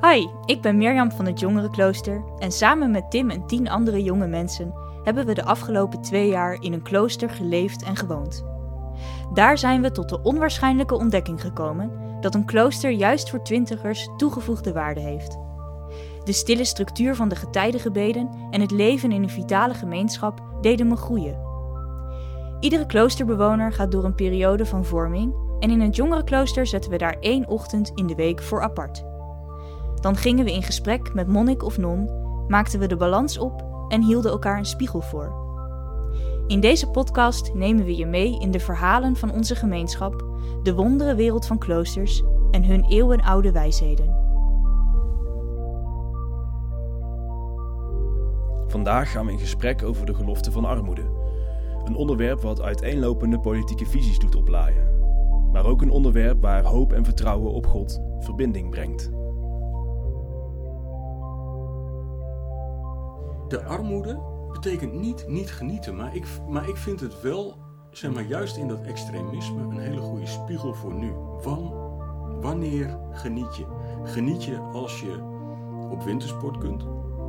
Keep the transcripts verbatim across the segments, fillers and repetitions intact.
Hoi, ik ben Mirjam van het Jongerenklooster en samen met Tim en tien andere jonge mensen hebben we de afgelopen twee jaar in een klooster geleefd en gewoond. Daar zijn we tot de onwaarschijnlijke ontdekking gekomen dat een klooster juist voor twintigers toegevoegde waarde heeft. De stille structuur van de getijdengebeden en het leven in een vitale gemeenschap deden me groeien. Iedere kloosterbewoner gaat door een periode van vorming en in het jongerenklooster zetten we daar één ochtend in de week voor apart. Dan gingen we in gesprek met monnik of non, maakten we de balans op en hielden elkaar een spiegel voor. In deze podcast nemen we je mee in de verhalen van onze gemeenschap, de wondere wereld van kloosters en hun eeuwenoude wijsheden. Vandaag gaan we in gesprek over de gelofte van armoede. Een onderwerp wat uiteenlopende politieke visies doet oplaaien. Maar ook een onderwerp waar hoop en vertrouwen op God verbinding brengt. De armoede betekent niet niet genieten, maar ik, maar ik vind het wel, zeg maar, juist in dat extremisme een hele goede spiegel voor nu. Van, wanneer geniet je? Geniet je als je op wintersport kunt?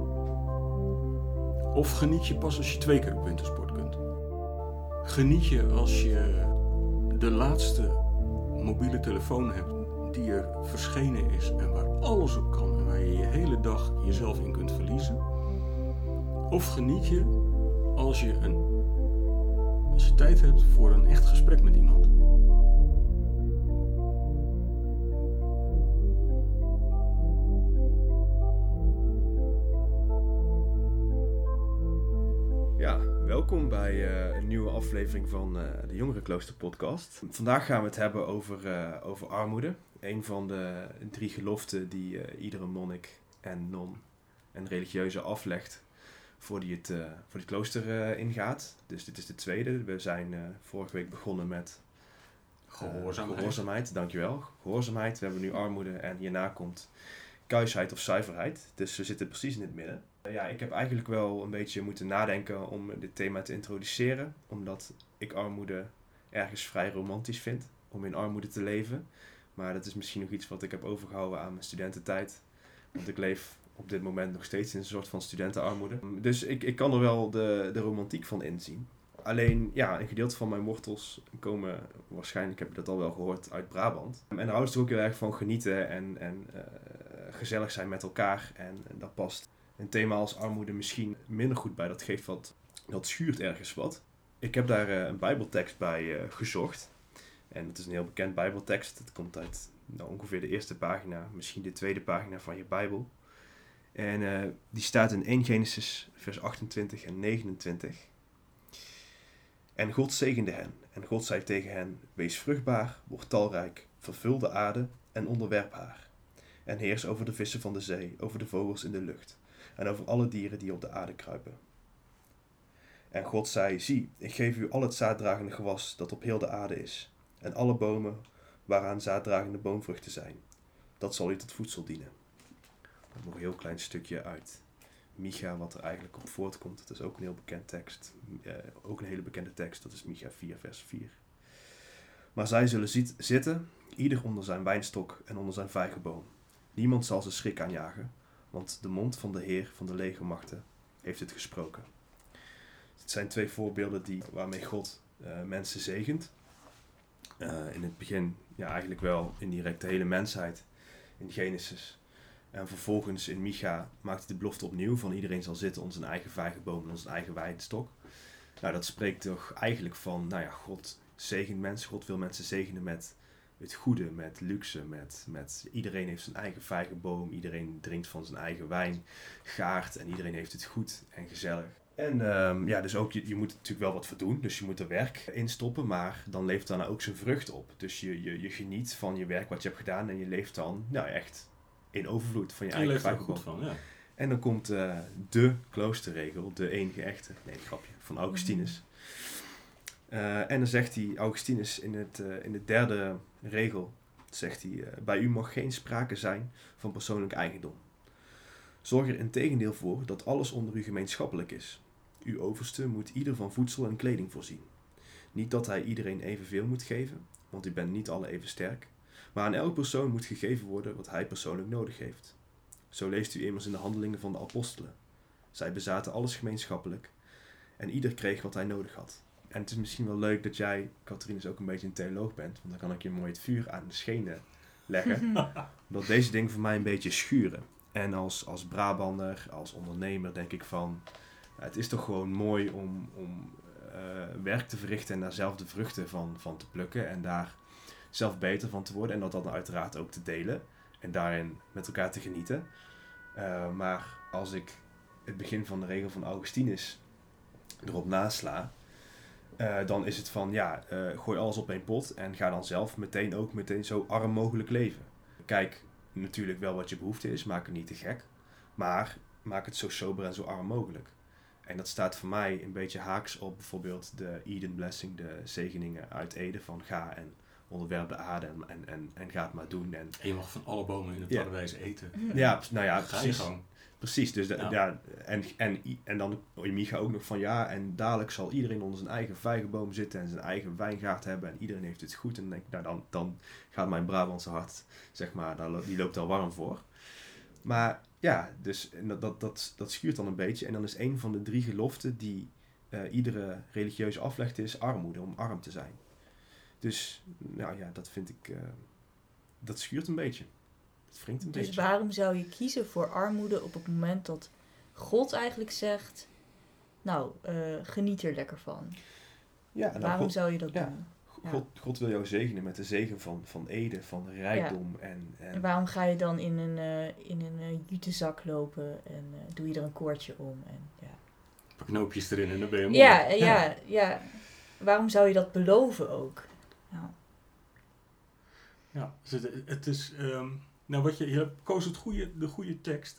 Of geniet je pas als je twee keer op wintersport kunt? Geniet je als je de laatste mobiele telefoon hebt die er verschenen is en waar alles op kan en waar je je hele dag jezelf in kunt verliezen? Of geniet je als je, een, als je tijd hebt voor een echt gesprek met iemand? Ja, welkom bij uh, een nieuwe aflevering van uh, de Jongerenklooster podcast. Vandaag gaan we het hebben over, uh, over armoede. Een van de drie geloften die uh, iedere monnik en non en religieuze aflegt voor die het, uh, voor het klooster uh, ingaat. Dus dit is de tweede. We zijn uh, vorige week begonnen met uh, gehoorzaamheid. gehoorzaamheid. Dankjewel. Gehoorzaamheid. We hebben nu armoede en hierna komt kuisheid of zuiverheid. Dus we zitten precies in het midden. Uh, ja, ik heb eigenlijk wel een beetje moeten nadenken om dit thema te introduceren. Omdat ik armoede ergens vrij romantisch vind. Om in armoede te leven. Maar dat is misschien nog iets wat ik heb overgehouden aan mijn studententijd. Want ik leef op dit moment nog steeds in een soort van studentenarmoede. Dus ik, ik kan er wel de, de romantiek van inzien. Alleen, ja, een gedeelte van mijn wortels komen, waarschijnlijk heb je dat al wel gehoord, uit Brabant. En daar houden ze ook heel erg van genieten en, en uh, gezellig zijn met elkaar. En, en daar past een thema als armoede misschien minder goed bij. Dat geeft wat, dat schuurt ergens wat. Ik heb daar uh, een bijbeltekst bij uh, gezocht. En het is een heel bekend bijbeltekst. Het komt uit nou, ongeveer de eerste pagina, misschien de tweede pagina van je Bijbel. En uh, die staat in eerste Genesis vers achtentwintig en negenentwintig. En God zegende hen. En God zei tegen hen, wees vruchtbaar, word talrijk, vervul de aarde en onderwerp haar. En heers over de vissen van de zee, over de vogels in de lucht. En over alle dieren die op de aarde kruipen. En God zei, zie, ik geef u al het zaaddragende gewas dat op heel de aarde is. En alle bomen waaraan zaaddragende boomvruchten zijn. Dat zal u tot voedsel dienen. Nog een heel klein stukje uit Micha, wat er eigenlijk op voortkomt. Dat is ook een heel bekend tekst. Uh, ook een hele bekende tekst, dat is Micha vier vers vier. Maar zij zullen ziet, zitten, ieder onder zijn wijnstok en onder zijn vijgenboom. Niemand zal ze schrik aanjagen, want de mond van de Heer van de legermachten heeft het gesproken. Het zijn twee voorbeelden die, waarmee God uh, mensen zegent. Uh, in het begin, ja, eigenlijk wel indirect de hele mensheid in Genesis. En vervolgens in Micha maakt hij de belofte opnieuw van iedereen zal zitten onder zijn eigen vijgenboom en onder zijn eigen wijnstok. Nou, dat spreekt toch eigenlijk van, nou ja, God zegent mensen, God wil mensen zegenen met het goede, met luxe, met, met iedereen heeft zijn eigen vijgenboom, iedereen drinkt van zijn eigen wijn, gaart en iedereen heeft het goed en gezellig. En um, ja, dus ook, je, je moet er natuurlijk wel wat voor doen, dus je moet er werk in stoppen, maar dan leeft daarna ook zijn vrucht op. Dus je, je, je geniet van je werk wat je hebt gedaan en je leeft dan, nou echt in overvloed van je en eigen vijgenboom. Goed van, ja. En dan komt uh, de kloosterregel, de enige echte, nee, grapje, van Augustinus. Uh, en dan zegt hij, Augustinus in, het, uh, in de derde regel, zegt hij, uh, bij u mag geen sprake zijn van persoonlijk eigendom. Zorg er integendeel voor dat alles onder u gemeenschappelijk is. Uw overste moet ieder van voedsel en kleding voorzien. Niet dat hij iedereen evenveel moet geven, want u bent niet alle even sterk. Maar aan elk persoon moet gegeven worden wat hij persoonlijk nodig heeft. Zo leest u immers in de handelingen van de apostelen. Zij bezaten alles gemeenschappelijk en ieder kreeg wat hij nodig had. En het is misschien wel leuk dat jij, Catharinus, ook een beetje een theoloog bent, want dan kan ik je mooi het vuur aan de schenen leggen. Omdat deze dingen voor mij een beetje schuren. En als, als Brabander, als ondernemer denk ik van, ja, het is toch gewoon mooi om, om uh, werk te verrichten en daar zelf de vruchten van, van te plukken en daar zelf beter van te worden en dat dan uiteraard ook te delen en daarin met elkaar te genieten. Uh, maar als ik het begin van de regel van Augustinus erop nasla, uh, dan is het van ja, uh, gooi alles op één pot en ga dan zelf meteen ook meteen zo arm mogelijk leven. Kijk natuurlijk wel wat je behoefte is, maak het niet te gek, maar maak het zo sober en zo arm mogelijk. En dat staat voor mij een beetje haaks op bijvoorbeeld de Eden Blessing, de zegeningen uit Ede van ga en onderwerp de aarde en, en, en, en ga het maar doen. En, en je mag van alle bomen in het ja. paradijs eten. Ja, nou ja, ga precies. je gewoon. Precies, dus de, ja. ja, en, en, en dan Micha ook nog van ja, en dadelijk zal iedereen onder zijn eigen vijgenboom zitten en zijn eigen wijngaard hebben en iedereen heeft het goed. En dan denk ik, nou dan, dan gaat mijn Brabantse hart, zeg maar, daar, die loopt al warm voor. Maar ja, dus dat, dat, dat, dat schuurt dan een beetje. En dan is een van de drie geloften die uh, iedere religieuze aflegt is armoede, om arm te zijn. Dus nou ja, dat vind ik, uh, dat schuurt een beetje. Het wringt een dus beetje. waarom zou je kiezen voor armoede op het moment dat God eigenlijk zegt, nou, uh, geniet er lekker van. Ja, nou, waarom God, zou je dat ja, doen? God, Ja. God wil jou zegenen met de zegen van, van Ede, van rijkdom. Ja. En, en... en waarom ga je dan in een, uh, in een uh, jutezak lopen en uh, doe je er een koordje om? En, ja. Een paar knoopjes erin en dan ben je mooi. Ja, ja, ja, ja. Waarom zou je dat beloven ook? Nou. Ja, dus het, het is... Um, nou, wat je, je koos het goede, de goede tekst.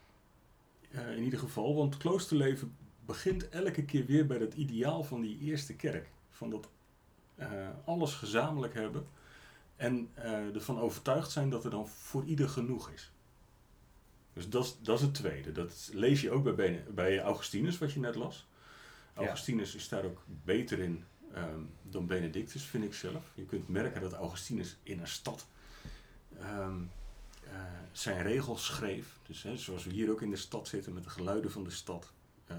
Uh, in ieder geval, want het kloosterleven begint elke keer weer bij dat ideaal van die eerste kerk. Van dat uh, alles gezamenlijk hebben en uh, ervan overtuigd zijn dat er dan voor ieder genoeg is. Dus dat, dat is het tweede. Dat lees je ook bij, bij Augustinus, wat je net las. Augustinus ja. is daar ook beter in um, dan Benedictus, vind ik zelf. Je kunt merken dat Augustinus in een stad um, uh, zijn regels schreef. Dus hè, zoals we hier ook in de stad zitten met de geluiden van de stad. Uh,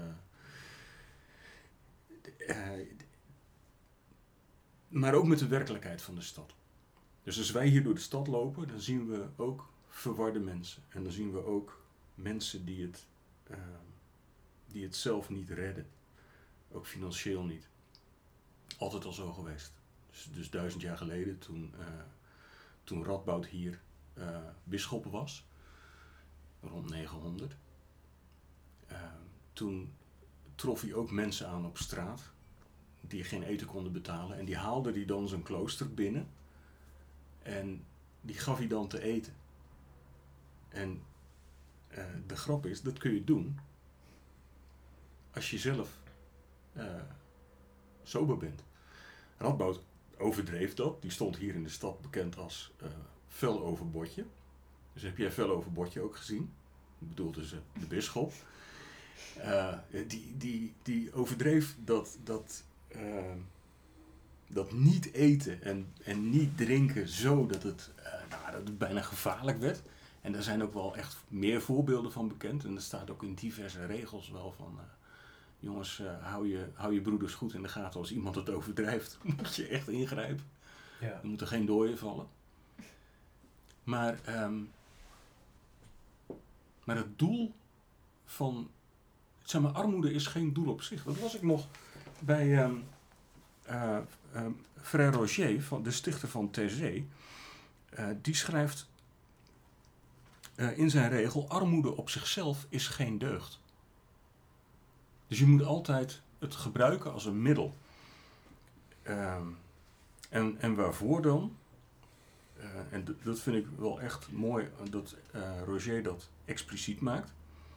uh, maar ook met de werkelijkheid van de stad. Dus als wij hier door de stad lopen, dan zien we ook verwarde mensen. En dan zien we ook mensen die het, uh, die het zelf niet redden. Ook financieel niet. Altijd al zo geweest. Dus, dus duizend jaar geleden, toen, uh, toen Radboud hier uh, bisschop was, rond negenhonderd, uh, toen trof hij ook mensen aan op straat die geen eten konden betalen. En die haalde hij dan zijn klooster binnen en die gaf hij dan te eten. En uh, de grap is, dat kun je doen als je zelf uh, sober bent. Radboud overdreef dat. Die stond hier in de stad bekend als uh, Veloverbotje. Dus heb jij Veloverbotje ook gezien? Ik bedoel dus uh, de bisschop. Uh, die, die, die overdreef dat, dat, uh, dat niet eten en, en niet drinken zo dat het, uh, nou, dat het bijna gevaarlijk werd. En daar zijn ook wel echt meer voorbeelden van bekend. En er staat ook in diverse regels wel van... Uh, jongens, uh, hou, je, hou je broeders goed in de gaten. Als iemand het overdrijft, moet je echt ingrijpen. Ja. Er moeten geen dooien vallen. Maar, um, maar het doel van... Zeg maar, armoede is geen doel op zich. Dat was ik nog bij um, uh, um, Frère Roger, van, de stichter van Taizé. Uh, die schrijft uh, in zijn regel... Armoede op zichzelf is geen deugd. Dus je moet altijd het gebruiken als een middel. Um, en, en waarvoor dan? Uh, en d- dat vind ik wel echt mooi dat uh, Roger dat expliciet maakt.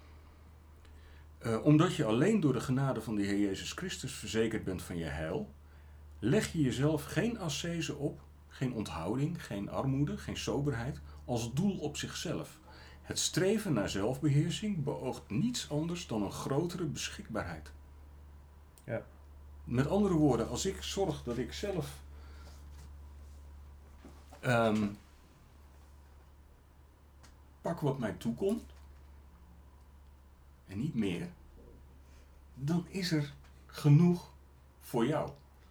Uh, omdat je alleen door de genade van de Heer Jezus Christus verzekerd bent van je heil, leg je jezelf geen ascese op, geen onthouding, geen armoede, geen soberheid, als doel op zichzelf. Het streven naar zelfbeheersing beoogt niets anders dan een grotere beschikbaarheid. Ja. Met andere woorden, als ik zorg dat ik zelf um, pak wat mij toekomt, en niet meer, dan is er genoeg voor jou.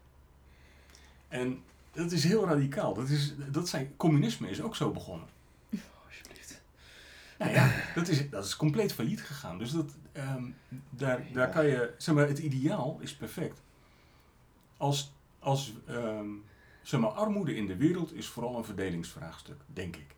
En dat is heel radicaal. Dat is, dat zijn, communisme is ook zo begonnen. Oh, alsjeblieft. Nou ja, dat is, dat is compleet failliet gegaan. Dus dat, um, daar, daar kan je, zeg maar, het ideaal is perfect. Als, als um, zeg maar, armoede in de wereld is vooral een verdelingsvraagstuk, denk ik.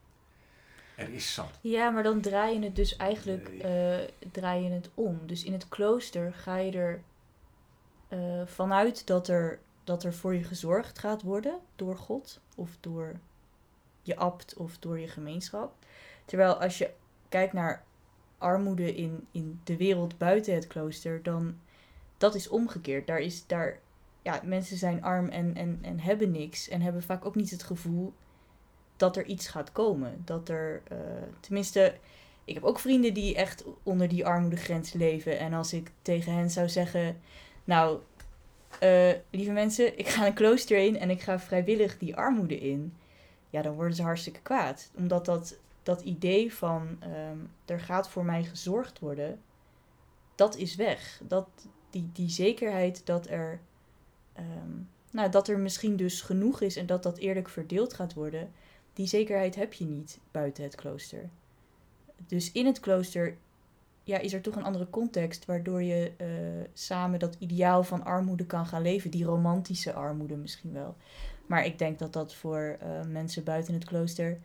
Er is zat. Ja, maar dan draai je het dus eigenlijk nee. uh, draai je het om. Dus in het klooster ga je er uh, vanuit dat er, dat er voor je gezorgd gaat worden door God of door je abt of door je gemeenschap. Terwijl als je kijkt naar armoede in, in de wereld buiten het klooster, dan dat is omgekeerd. Daar is, daar, ja, mensen zijn arm en, en, en hebben niks en hebben vaak ook niet het gevoel dat er iets gaat komen. Dat er, uh, tenminste, ik heb ook vrienden die echt onder die armoedegrens leven. En als ik tegen hen zou zeggen, nou, uh, lieve mensen, ik ga een klooster in en ik ga vrijwillig die armoede in. Ja, dan worden ze hartstikke kwaad. Omdat dat, dat idee van, um, er gaat voor mij gezorgd worden, dat is weg. Dat, die, die zekerheid dat er, um, nou, dat er misschien dus genoeg is en dat dat eerlijk verdeeld gaat worden, die zekerheid heb je niet buiten het klooster. Dus in het klooster ja, is er toch een andere context, waardoor je uh, samen dat ideaal van armoede kan gaan leven. Die romantische armoede misschien wel. Maar ik denk dat dat voor uh, mensen buiten het klooster,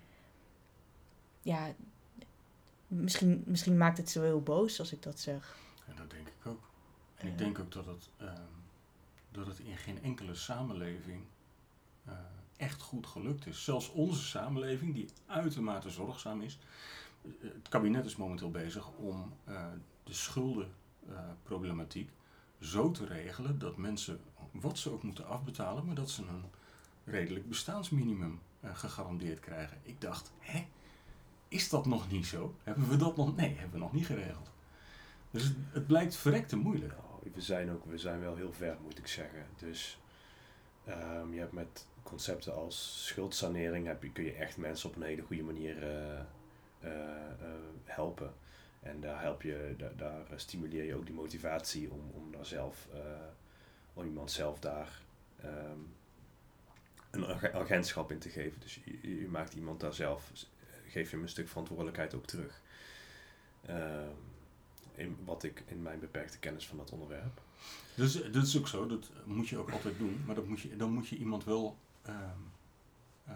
ja, misschien, misschien maakt het zo heel boos als ik dat zeg. En dat denk ik ook. En uh, ik denk ook dat het, uh, dat het in geen enkele samenleving Uh, echt goed gelukt is. Zelfs onze samenleving, die uitermate zorgzaam is. Uh, het kabinet is momenteel bezig om uh, de schuldenproblematiek uh, zo te regelen dat mensen, wat ze ook moeten afbetalen, maar dat ze een redelijk bestaansminimum uh, gegarandeerd krijgen. Ik dacht, hè? Is dat nog niet zo? Hebben we dat nog? Nee, hebben we nog niet geregeld. Dus het, het blijkt verrekte moeilijk. Nou, we zijn ook, we zijn wel heel ver, moet ik zeggen. Dus um, je hebt met concepten als schuldsanering heb je, kun je echt mensen op een hele goede manier uh, uh, uh, helpen. En daar help je, daar, daar stimuleer je ook die motivatie om, om daar zelf, uh, om iemand zelf daar um, een agentschap in te geven. Dus je, je maakt iemand daar zelf, geef je hem een stuk verantwoordelijkheid ook terug. Um, in wat ik in mijn beperkte kennis van dat onderwerp. Dus dat is ook zo, dat moet je ook altijd doen, maar dat moet je, dan moet je iemand wel uh, uh,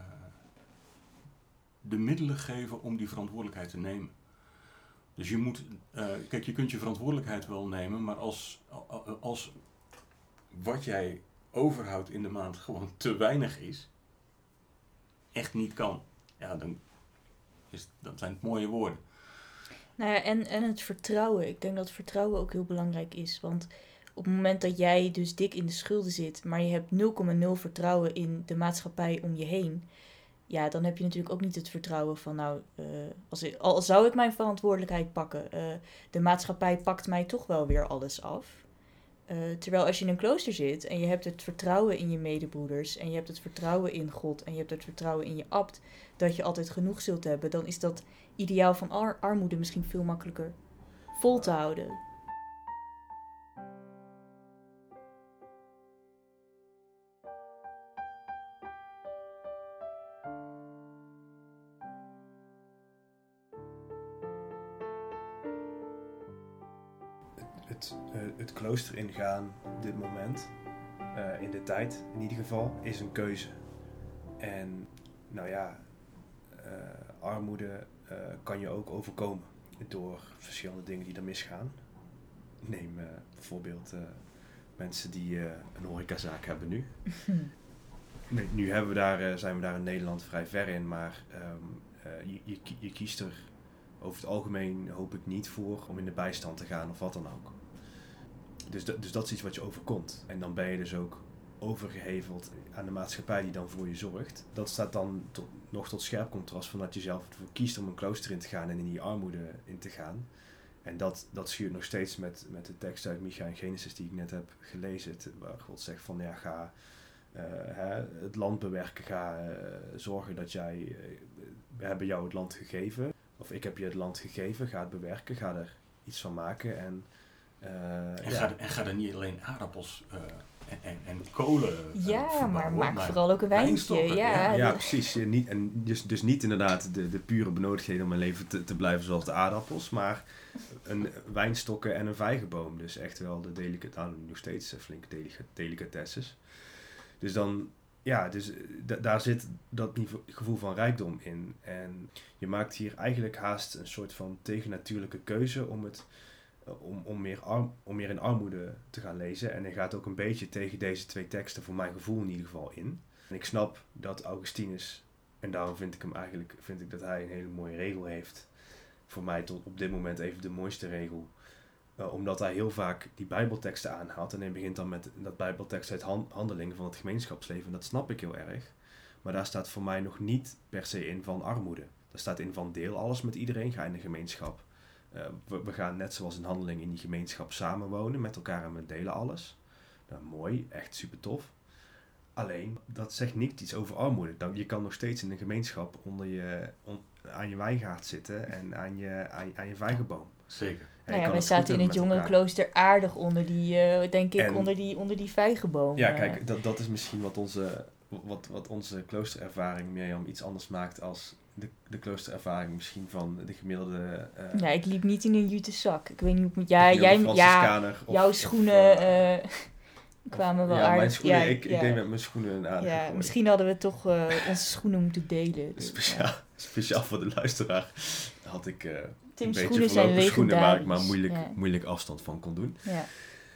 de middelen geven om die verantwoordelijkheid te nemen. Dus je moet, uh, kijk, je kunt je verantwoordelijkheid wel nemen, maar als, als wat jij overhoudt in de maand gewoon te weinig is, echt niet kan, ja, dan, is, dan zijn het mooie woorden. Nou ja, en, en het vertrouwen. Ik denk dat vertrouwen ook heel belangrijk is. Want op het moment dat jij dus dik in de schulden zit, maar je hebt nul komma nul vertrouwen in de maatschappij om je heen, ja, dan heb je natuurlijk ook niet het vertrouwen van, nou, uh, als ik, al zou ik mijn verantwoordelijkheid pakken, uh, de maatschappij pakt mij toch wel weer alles af. Uh, terwijl als je in een klooster zit en je hebt het vertrouwen in je medebroeders en je hebt het vertrouwen in God en je hebt het vertrouwen in je abt dat je altijd genoeg zult hebben, dan is dat ideaal van ar- armoede misschien veel makkelijker vol te houden. Het, uh, het klooster ingaan op dit moment, uh, in de tijd in ieder geval, is een keuze. En nou ja, uh, armoede uh, kan je ook overkomen door verschillende dingen die er misgaan. Neem uh, bijvoorbeeld uh, mensen die uh, een horecazaak hebben nu. nu nu hebben we daar, uh, zijn we daar in Nederland vrij ver in, maar um, uh, je, je, je kiest er over het algemeen, hoop ik, niet voor om in de bijstand te gaan of wat dan ook. Dus, d- dus dat is iets wat je overkomt. En dan ben je dus ook overgeheveld aan de maatschappij die dan voor je zorgt. Dat staat dan tot, nog tot scherp contrast van dat je zelf ervoor kiest om een klooster in te gaan en in die armoede in te gaan. En dat, dat schuurt nog steeds met, met de tekst uit Micha en Genesis die ik net heb gelezen. Het, waar God zegt van ja, ga uh, hè, het land bewerken, ga uh, zorgen dat jij, uh, we hebben jou het land gegeven. Of ik heb je het land gegeven, ga het bewerken, ga er iets van maken. En, uh, en, ja. ga, en ga er niet alleen aardappels uh, en, en, en kolen uh, Ja, maar maak maar vooral ook een wijntje. Ja, ja, ja, precies. Ja, niet, en dus, dus niet inderdaad de, de pure benodigdheden om mijn leven te, te blijven zoals de aardappels, maar een wijnstokken en een vijgenboom. Dus echt wel de delicate, nou, nog steeds flinke delica, delicatesses. Dus dan, ja, dus d- daar zit dat niveau, gevoel van rijkdom in. En je maakt hier eigenlijk haast een soort van tegennatuurlijke keuze om het Om, om, meer arm, om meer in armoede te gaan lezen. En hij gaat ook een beetje tegen deze twee teksten, voor mijn gevoel in ieder geval, in. En ik snap dat Augustinus, en daarom vind ik hem eigenlijk, vind ik dat hij een hele mooie regel heeft. Voor mij tot op dit moment even de mooiste regel. Uh, omdat hij heel vaak die bijbelteksten aanhaalt. En hij begint dan met dat bijbeltekst uit hand, handelingen van het gemeenschapsleven. Dat snap ik heel erg. Maar daar staat voor mij nog niet per se in van armoede. Daar staat in van deel alles met iedereen, ga in de gemeenschap. Uh, we, we gaan net zoals in handeling in die gemeenschap samenwonen met elkaar en we delen alles. Nou, mooi, echt super tof. Alleen, dat zegt niet iets over armoede. Dan, je kan nog steeds in een gemeenschap onder je, on, aan je wijngaard zitten en aan je, aan, aan je vijgenboom. Zeker. Nou ja, wij zaten in het jongerenklooster aardig onder die, uh, denk ik, en, onder die, onder die vijgenboom. Ja, kijk, dat, dat is misschien wat onze, wat, wat onze kloosterervaring Mirjam iets anders maakt als de, de kloosterervaring misschien van de gemiddelde... Uh, ja, ik liep niet in een jute zak. Ik weet niet hoe ik moet... Ja, jij, ja of, jouw schoenen of, uh, uh, kwamen wel ja, aardig. Mijn schoenen, ja, ik, ja. ik deed met mijn schoenen een aardige ja, gooi. Misschien hadden we toch uh, onze schoenen moeten delen. Dus, speciaal, ja. speciaal voor de luisteraar had ik uh, Tim een beetje schoenen zijn schoenen waar ik maar legendarisch. moeilijk, Ja. moeilijk afstand van kon doen. Ja.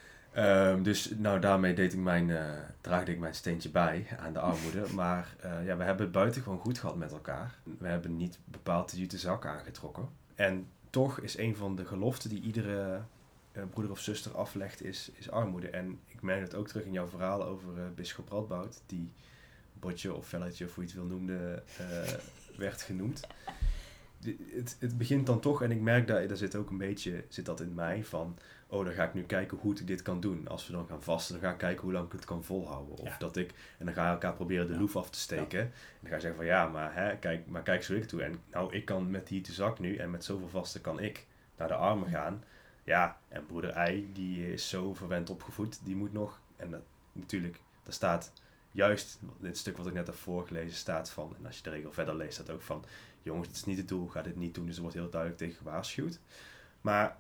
Um, dus nou, daarmee deed ik mijn, uh, draagde ik mijn steentje bij aan de armoede. Maar uh, ja, we hebben het buiten gewoon goed gehad met elkaar. We hebben niet bepaald de jute zak aangetrokken. En toch is een van de geloften die iedere uh, broeder of zuster aflegt, is, is armoede. En ik merk het ook terug in jouw verhaal over uh, bisschop Radboud, die botje of velletje, of hoe je het wil noemde, uh, werd genoemd. De, het, het begint dan toch, en ik merk dat, daar zit ook een beetje, zit dat in mij, van... oh, dan ga ik nu kijken hoe ik dit kan doen. Als we dan gaan vasten, dan ga ik kijken hoe lang ik het kan volhouden. Of ja. dat ik, en dan ga je elkaar proberen de loef af te steken. Ja. En dan ga je zeggen van, ja, maar, hè, kijk, maar kijk zo ik doe. En nou, ik kan met die zak nu, en met zoveel vasten kan ik naar de armen gaan. Ja, en broeder Ei, die is zo verwend opgevoed, die moet nog... En dat, natuurlijk, daar staat juist, dit stuk wat ik net heb voorgelezen, staat van... En als je de regel verder leest, staat ook van... jongens, dit is niet het doel, ga dit niet doen. Dus er wordt heel duidelijk tegen gewaarschuwd. Maar...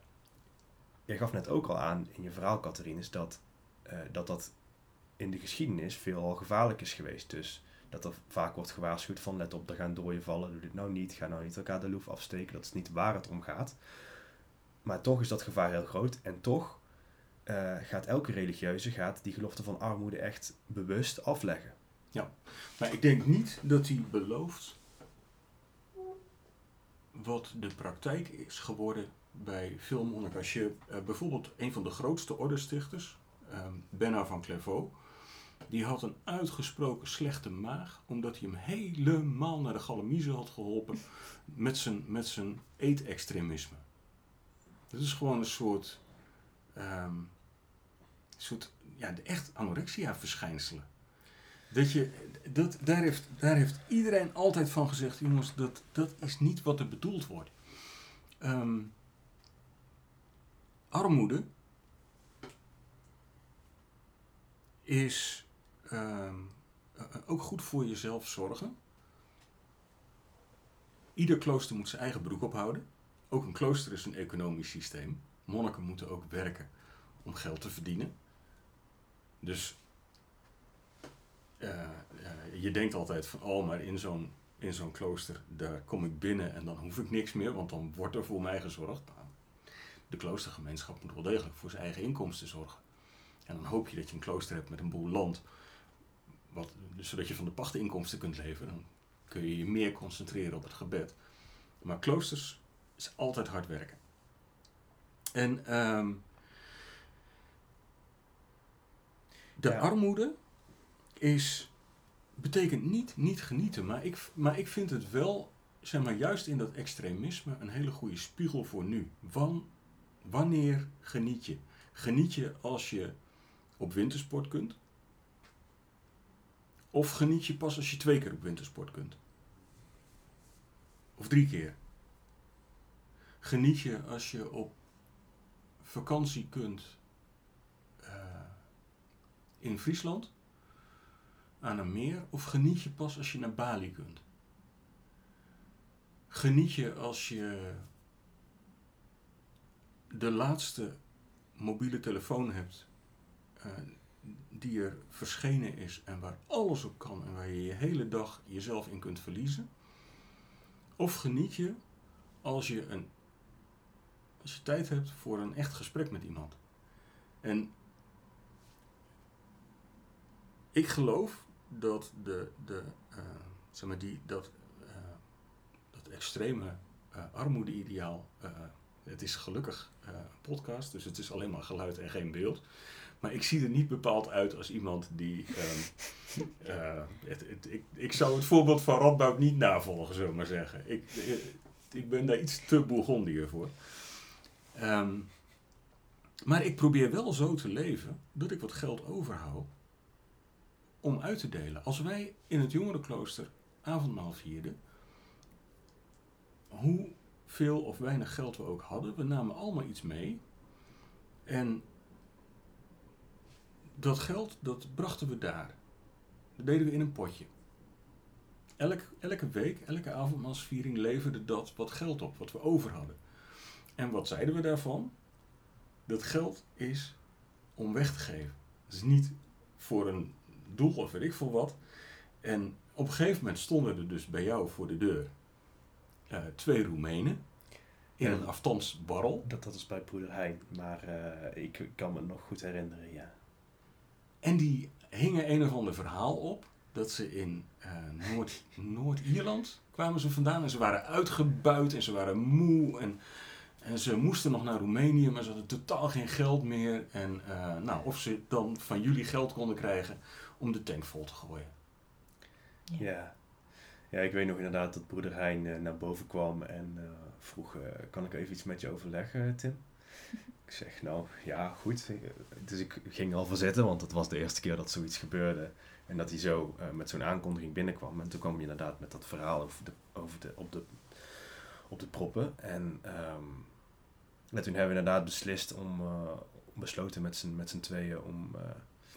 je gaf net ook al aan in je verhaal, Catharines, dat, uh, dat dat in de geschiedenis veelal gevaarlijk is geweest. Dus dat er vaak wordt gewaarschuwd van let op, er gaan dooien vallen, doe dit nou niet, ga nou niet elkaar de loef afsteken. Dat is niet waar het om gaat. Maar toch is dat gevaar heel groot. En toch uh, gaat elke religieuze gaat die gelofte van armoede echt bewust afleggen. Ja, maar ik denk niet dat hij belooft wat de praktijk is geworden bij veel monniken. Als je uh, bijvoorbeeld een van de grootste ordestichters, um, Bernard van Clairvaux, die had een uitgesproken slechte maag, omdat hij hem helemaal naar de galamiezen had geholpen met zijn, met zijn eetextremisme. Dat is gewoon een soort, um, soort ja, echt anorexia-verschijnselen. Dat je, dat, daar, heeft, daar heeft iedereen altijd van gezegd, jongens, dat, dat is niet wat er bedoeld wordt. Um, Armoede is um, uh, ook goed voor jezelf zorgen. Ieder klooster moet zijn eigen broek ophouden. Ook een klooster is een economisch systeem. Monniken moeten ook werken om geld te verdienen. Dus uh, uh, je denkt altijd van, oh, maar in zo'n, in zo'n klooster, daar kom ik binnen en dan hoef ik niks meer, want dan wordt er voor mij gezorgd. Nou, de kloostergemeenschap moet wel degelijk voor zijn eigen inkomsten zorgen. En dan hoop je dat je een klooster hebt met een boel land, wat, dus zodat je van de pachtinkomsten kunt leven. Dan kun je je meer concentreren op het gebed. Maar kloosters is altijd hard werken. En um, de ja. armoede is, betekent niet niet genieten, maar ik, maar ik vind het wel, zeg maar, juist in dat extremisme een hele goede spiegel voor nu. Wan, wanneer geniet je? Geniet je als je op wintersport kunt? Of geniet je pas als je twee keer op wintersport kunt? Of drie keer? Geniet je als je op vakantie kunt uh, in Friesland aan een meer, of geniet je pas als je naar Bali kunt? Geniet je als je de laatste mobiele telefoon hebt uh, die er verschenen is en waar alles op kan en waar je je hele dag jezelf in kunt verliezen? Of geniet je als je, een, als je tijd hebt voor een echt gesprek met iemand? En ik geloof dat de, de, uh, zeg maar die, dat, uh, dat extreme uh, armoede-ideaal, uh, het is gelukkig uh, een podcast, dus het is alleen maar geluid en geen beeld. Maar ik zie er niet bepaald uit als iemand die... Um, uh, het, het, ik, ik zou het voorbeeld van Radboud niet navolgen, zullen we maar zeggen. Ik, ik, ik ben daar iets te Bourgondiër voor. Um, maar ik probeer wel zo te leven dat ik wat geld overhoud om uit te delen. Als wij in het jongerenklooster avondmaal vierden, hoeveel of weinig geld we ook hadden, we namen allemaal iets mee. En dat geld, dat brachten we daar. Dat deden we in een potje. Elk, elke week, elke avondmaalsviering leverde dat wat geld op, wat we over hadden. En wat zeiden we daarvan? Dat geld is om weg te geven. Het is niet voor een doel of weet ik veel wat. En op een gegeven moment stonden er dus bij jou voor de deur uh, twee Roemenen in ja, een afstandsbarrel. Dat, dat was bij broeder Hein, maar uh, ik kan me nog goed herinneren, ja. En die hingen een of ander verhaal op dat ze in uh, Noord, Noord-Ierland kwamen ze vandaan en ze waren uitgebuit en ze waren moe en, en ze moesten nog naar Roemenië, maar ze hadden totaal geen geld meer. En uh, nou, of ze dan van jullie geld konden krijgen om de tank vol te gooien. Ja, ja. ja ik weet nog inderdaad dat broeder Hein uh, naar boven kwam en uh, vroeg, uh, kan ik even iets met je overleggen, Tim? Ik zeg, nou, ja, goed. Dus ik ging al verzetten, want het was de eerste keer dat zoiets gebeurde. En dat hij zo uh, met zo'n aankondiging binnenkwam. En toen kwam je inderdaad met dat verhaal over de, over de, op, de, op de proppen. En, um, en toen hebben we inderdaad beslist om, uh, besloten met z'n, met z'n tweeën om, uh,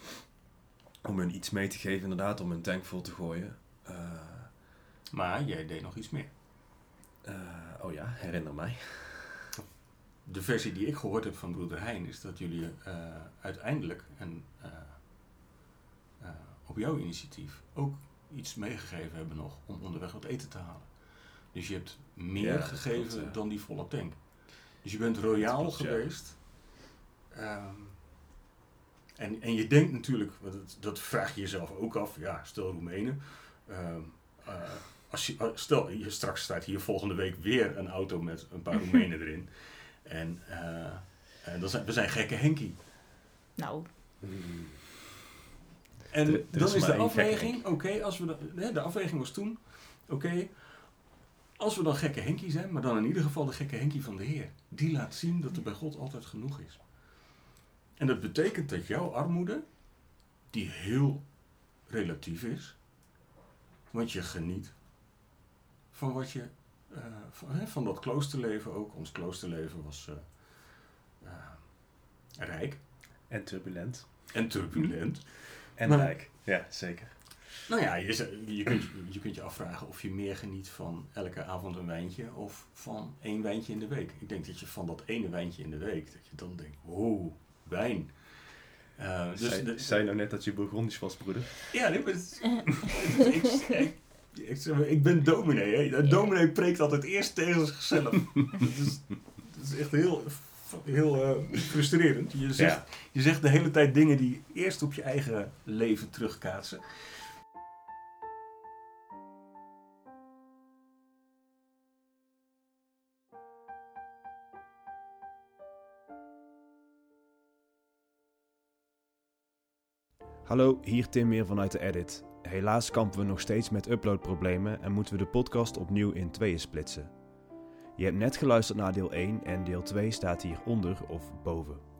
om hun iets mee te geven, inderdaad, om hun tank vol te gooien. Uh, maar jij deed nog iets meer. Uh, oh ja, herinner mij. De versie die ik gehoord heb van broeder Hein is dat jullie uh, uiteindelijk en, uh, uh, op jouw initiatief ook iets meegegeven hebben nog om onderweg wat eten te halen. Dus je hebt meer ja, gegeven klopt, ja. dan die volle tank. Dus je bent royaal klopt, geweest. Ja. Um, en, en je denkt natuurlijk, dat, dat vraag je jezelf ook af, ja, stel Roemenen. Um, uh, als je, stel, je straks staat hier volgende week weer een auto met een paar Roemenen erin. En uh, uh, dan zijn, we zijn gekke Henkie. Nou. Mm. En er, er dan is, is de afweging, oké, okay, als we de, de, de afweging was toen, oké, okay, als we dan gekke Henkie zijn, maar dan in ieder geval de gekke Henkie van de Heer. Die laat zien dat er bij God altijd genoeg is. En dat betekent dat jouw armoede, die heel relatief is, want je geniet van wat je... Uh, van, van dat kloosterleven ook. Ons kloosterleven was uh, uh, rijk. En turbulent. En turbulent. En maar, rijk, ja, zeker. Nou ja, je, je, kunt, je kunt je afvragen of je meer geniet van elke avond een wijntje of van één wijntje in de week. Ik denk dat je van dat ene wijntje in de week, dat je dan denkt, wow, wijn. Uh, dus zei, de, zei je nou net dat je Bourgondisch was, broeder? Ja, nee, maar het, ik, ik, Ik, zeg maar, ik ben dominee. Hè? De dominee preekt altijd eerst tegen zichzelf. dat, is, dat is echt heel, heel uh, frustrerend. Je zegt, ja. je zegt de hele tijd dingen die eerst op je eigen leven terugkaatsen. Hallo, hier Tim weer vanuit de edit. Helaas kampen we nog steeds met uploadproblemen en moeten we de podcast opnieuw in tweeën splitsen. Je hebt net geluisterd naar deel één en deel twee staat hieronder of boven.